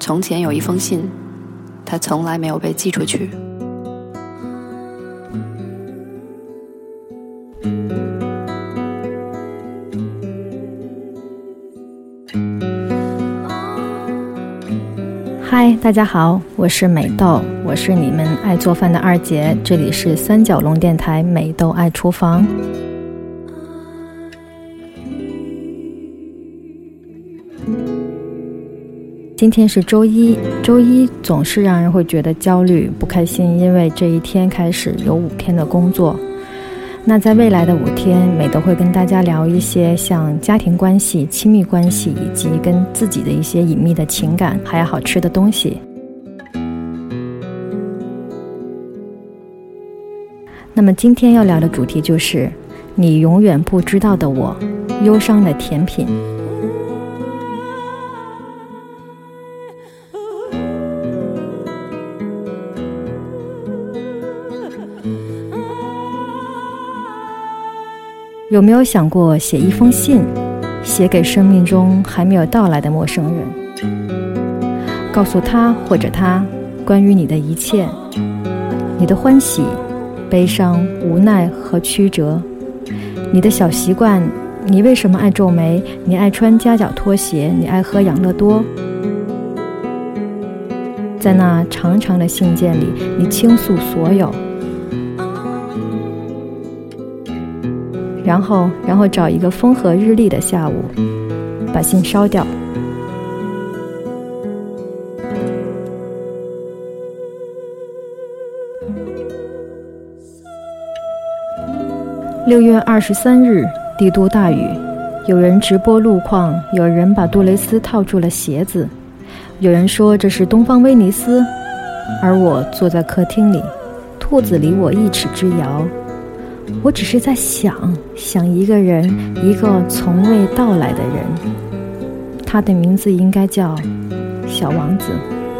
从前有一封信，它从来没有被寄出去。 嗨，大家好，我是美豆，我是你们爱做饭的二姐，这里是三角龙电台美豆爱厨房。今天是周一，周一总是让人会觉得焦虑不开心，因为这一天开始有5天的工作。那在未来的5天，美豆会跟大家聊一些像家庭关系、亲密关系，以及跟自己的一些隐秘的情感，还有好吃的东西。那么今天要聊的主题就是你永远不知道的我，忧伤的甜品。有没有想过写一封信，写给生命中还没有到来的陌生人，告诉他或者她关于你的一切，你的欢喜、悲伤、无奈和曲折，你的小习惯，你为什么爱皱眉，你爱穿夹脚拖鞋，你爱喝养乐多。在那长长的信件里，你倾诉所有，然后找一个风和日丽的下午，把信烧掉。6月23日，帝都大雨，有人直播路况，有人把杜蕾斯套住了鞋子，有人说这是东方威尼斯，而我坐在客厅里，兔子离我1尺之遥。我只是在想一个人，一个从未到来的人，他的名字应该叫小王子。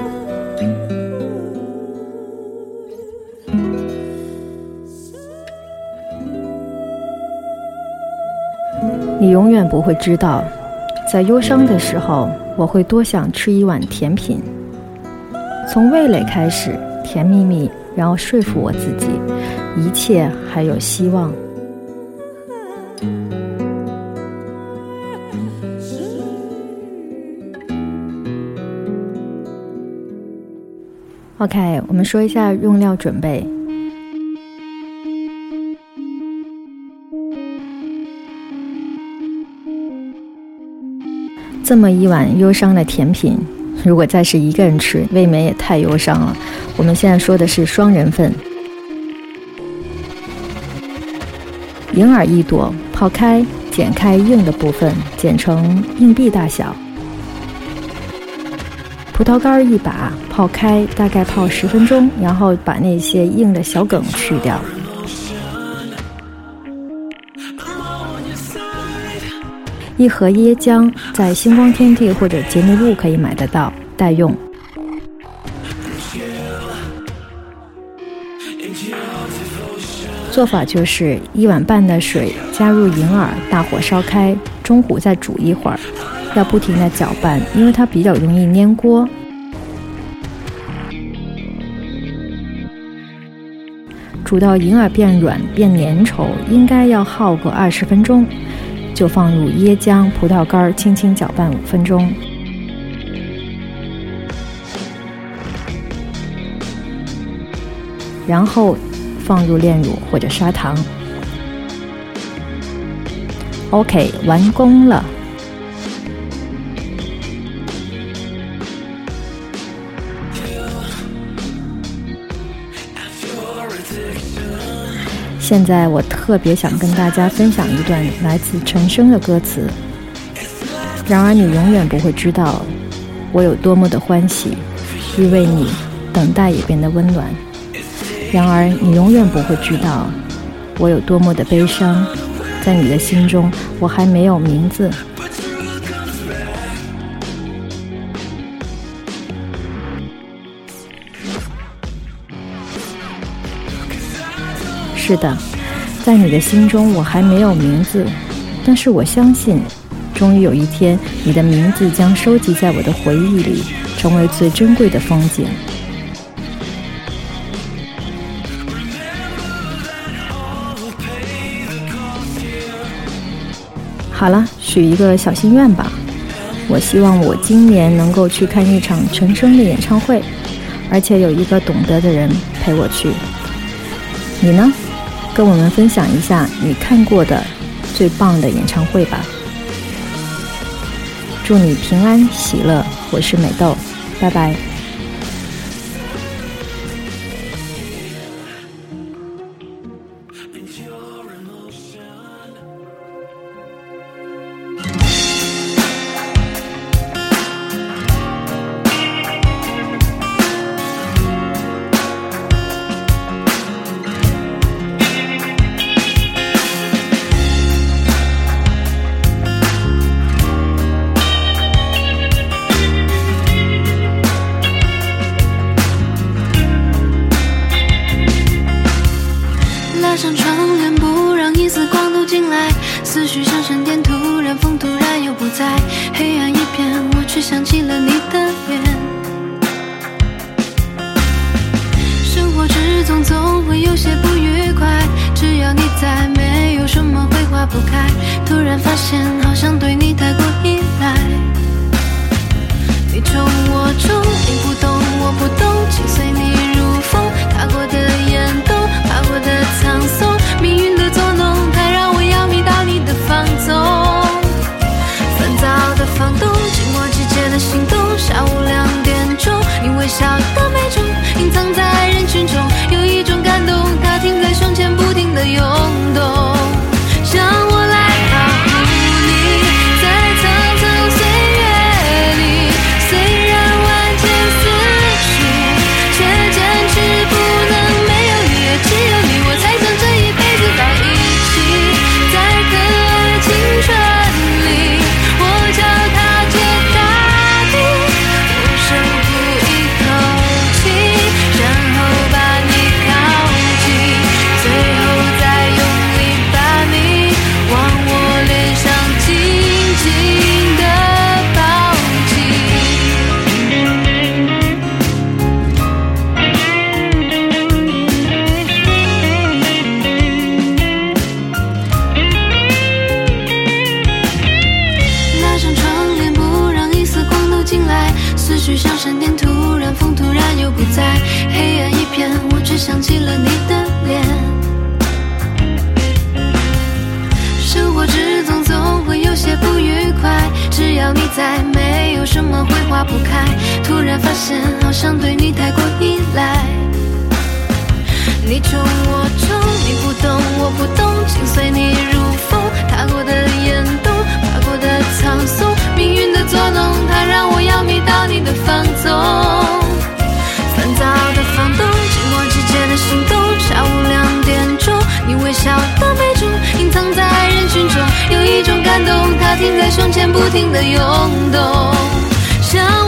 你永远不会知道，在忧伤的时候，我会多想吃一碗甜品，从味蕾开始，甜蜜蜜，然后说服我自己一切还有希望。OK， 我们说一下用料准备。这么一碗忧伤的甜品，如果再是一个人吃，未免也太忧伤了。我们现在说的是双人份。银耳1朵，泡开，剪开硬的部分，剪成硬币大小。葡萄干1把，泡开，大概泡10分钟，然后把那些硬的小梗去掉。1盒椰浆，在星光天地或者节目路可以买得到，待用。做法就是1碗半的水加入银耳，大火烧开，中火再煮一会儿，要不停地搅拌，因为它比较容易粘锅。煮到银耳变软变粘稠，应该要耗个20分钟，就放入椰浆、葡萄干，轻轻搅拌5分钟。然后放入炼乳或者砂糖。OK， 完工了。现在我特别想跟大家分享一段来自陈升的歌词。然而你永远不会知道我有多么的欢喜，因为你等待也变得温暖。然而你永远不会知道我有多么的悲伤，在你的心中我还没有名字。是的，在你的心中我还没有名字，但是我相信终于有一天你的名字将收集在我的回忆里， 成为最珍贵的风景。好了，许一个小心愿吧，我希望我今年能够去看一场陈升的演唱会，而且有一个懂得的人陪我去。你呢？跟我们分享一下你看过的最棒的演唱会吧。祝你平安喜乐，我是美豆，拜拜。 拉上窗帘，不让一丝光透进来，思绪像闪电，突然风突然又不在，黑暗一片，我却想起了你的脸。生活之中总会有些不愉快，只要你在，没有什么会化不开。突然发现好像对你太过依赖，你宠我宠，你不懂我不懂，请随你如风，踏过的眼洞，爬过的苍松，命运的捉弄，它让我要迷到你的放纵。烦躁的房东，寂寞季节的心动，下午2点钟，你微笑的眉中，隐藏在人群中，有一种感动，它停在胸前不停地涌动，像我来保护你，在苍苍岁月里，虽然万千思绪，却坚持不能没有你，也只有你，我才想这一辈子在一起，在可爱青春里，我脚踏着大地，我深呼一口气，然后把你靠近，最后再用力把你往我脸上紧紧地抱紧。拉上窗帘，不让一丝光透进来，思绪像闪电，突然风突然又不在，黑暗一片，我却想起了你的脸。生活之中总会有些不愉快，只要你在，没有什么会化不开。突然发现好像对你太过依赖，你宠我宠，你不懂我不懂，请随你如风，踏过的眼洞，爬过的苍松，命运的捉弄，它让我要迷到你的放纵。烦躁的房东，寂寞季节的心动，下午2点钟，你微笑的眉中，隐藏在人群中，有一种感动，它停在胸前不停地涌动，像